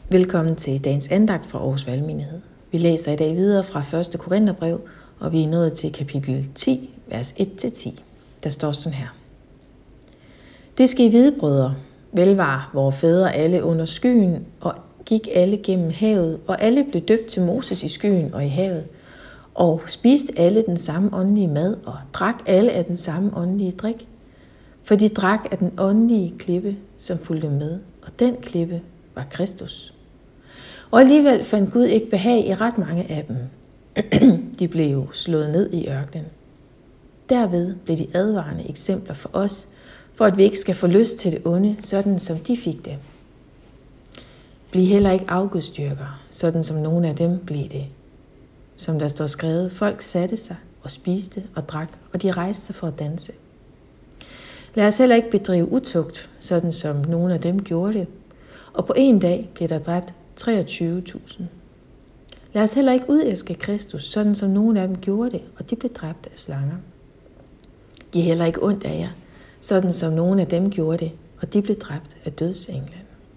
Velkommen til dagens andagt fra Aarhus Valgmenighed. Vi læser i dag videre fra 1. Korintherbrev, og vi er nået til kapitel 10, vers 1-10. Der står sådan her. Det skal I vide, brødre. Vel var vore fædre alle under skyen, og gik alle gennem havet, og alle blev døbt til Moses i skyen og i havet, og spiste alle den samme åndelige mad, og drak alle af den samme åndelige drik. For de drak af den åndelige klippe, som fulgte med, og den klippe var Kristus. Og alligevel fandt Gud ikke behag i ret mange af dem. De blev jo slået ned i ørkenen. Derved blev de advarende eksempler for os, for at vi ikke skal få lyst til det onde, sådan som de fik det. Bliv heller ikke afgudstyrkere, sådan som nogle af dem blev det. Som der står skrevet, folk satte sig og spiste og drak, og de rejste sig for at danse. Lad os heller ikke bedrive utugt, sådan som nogle af dem gjorde det. Og på en dag blev der dræbt 23.000. Lad os heller ikke udæske Kristus, sådan som nogle af dem gjorde det, og de blev dræbt af slanger. Giv heller ikke ondt af jer, sådan som nogle af dem gjorde det, og de blev dræbt af dødsenglen.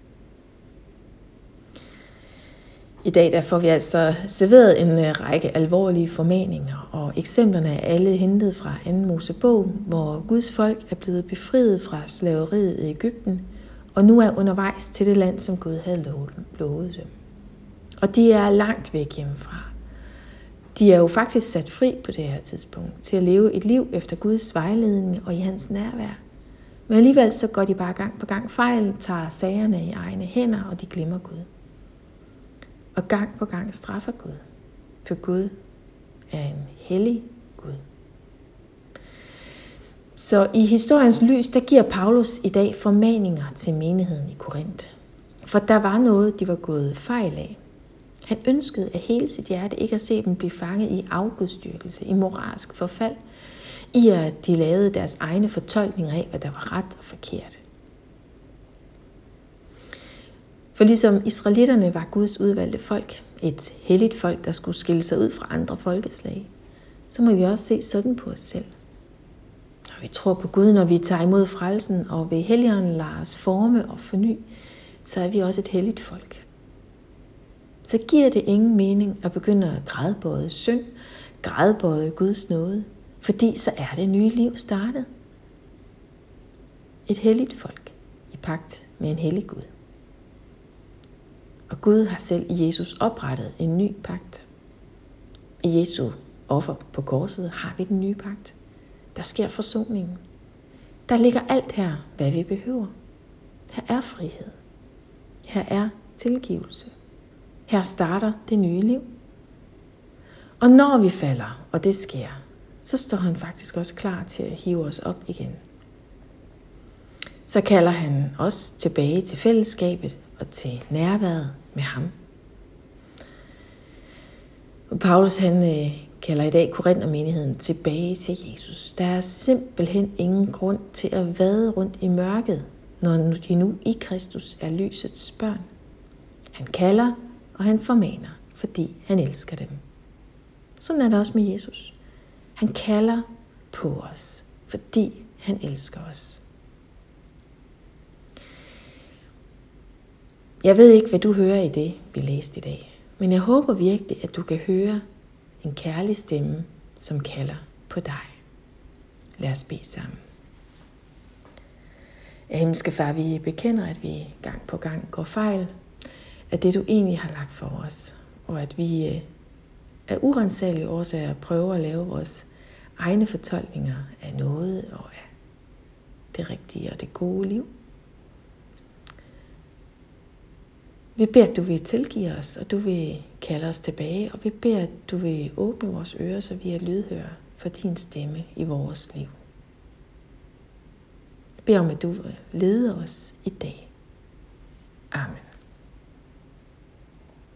I dag der får vi altså serveret en række alvorlige formaninger, og eksemplerne er alle hentet fra 2. Mosebog, hvor Guds folk er blevet befriet fra slaveriet i Egypten, og nu er undervejs til det land, som Gud havde lovet dem. Og de er langt væk hjemmefra. De er jo faktisk sat fri på det her tidspunkt til at leve et liv efter Guds vejledning og i hans nærvær. Men alligevel så går de bare gang på gang fejl, tager sagerne i egne hænder, og de glemmer Gud. Og gang på gang straffer Gud, for Gud er en hellig Gud. Så i historiens lys, der giver Paulus i dag formaninger til menigheden i Korinth. For der var noget, de var gået fejl af. Han ønskede af hele sit hjerte ikke at se dem blive fanget i afgudstyrkelse, i moralsk forfald, i at de lavede deres egne fortolkninger af, hvad der var ret og forkert. For ligesom israelitterne var Guds udvalgte folk, et helligt folk, der skulle skille sig ud fra andre folkeslag, så må vi også se sådan på os selv. Når vi tror på Gud, når vi tager imod frelsen, og ved Helligånden lader os forme og forny, så er vi også et helligt folk. Så giver det ingen mening at begynde at grædbøje synd, grædbøje Guds nåde, fordi så er det nye liv startet. Et helligt folk i pagt med en hellig Gud. Og Gud har selv i Jesus oprettet en ny pagt. I Jesu offer på korset har vi den nye pagt. Der sker forsoningen. Der ligger alt her, hvad vi behøver. Her er frihed. Her er tilgivelse. Her starter det nye liv. Og når vi falder, og det sker, så står han faktisk også klar til at hive os op igen. Så kalder han os tilbage til fællesskabet og til nærværet med ham. Og Paulus han kalder i dag Korinthermenigheden tilbage til Jesus. Der er simpelthen ingen grund til at vade rundt i mørket, når de nu i Kristus er lysets børn. Han kalder, og han formaner, fordi han elsker dem. Sådan er det også med Jesus. Han kalder på os, fordi han elsker os. Jeg ved ikke, hvad du hører i det, vi læste i dag, men jeg håber virkelig, at du kan høre en kærlig stemme, som kalder på dig. Lad os bede sammen. Himmelske Far, vi bekender, at vi gang på gang går fejl af det, du egentlig har lagt for os, og at vi af urensagelige årsager prøver at lave vores egne fortolkninger af noget og af det rigtige og det gode liv. Vi beder, at du vil tilgive os, og du vil kalde os tilbage, og vi beder, at du vil åbne vores ører, så vi er lydhøre for din stemme i vores liv. Jeg beder om, at du vil lede os i dag. Amen.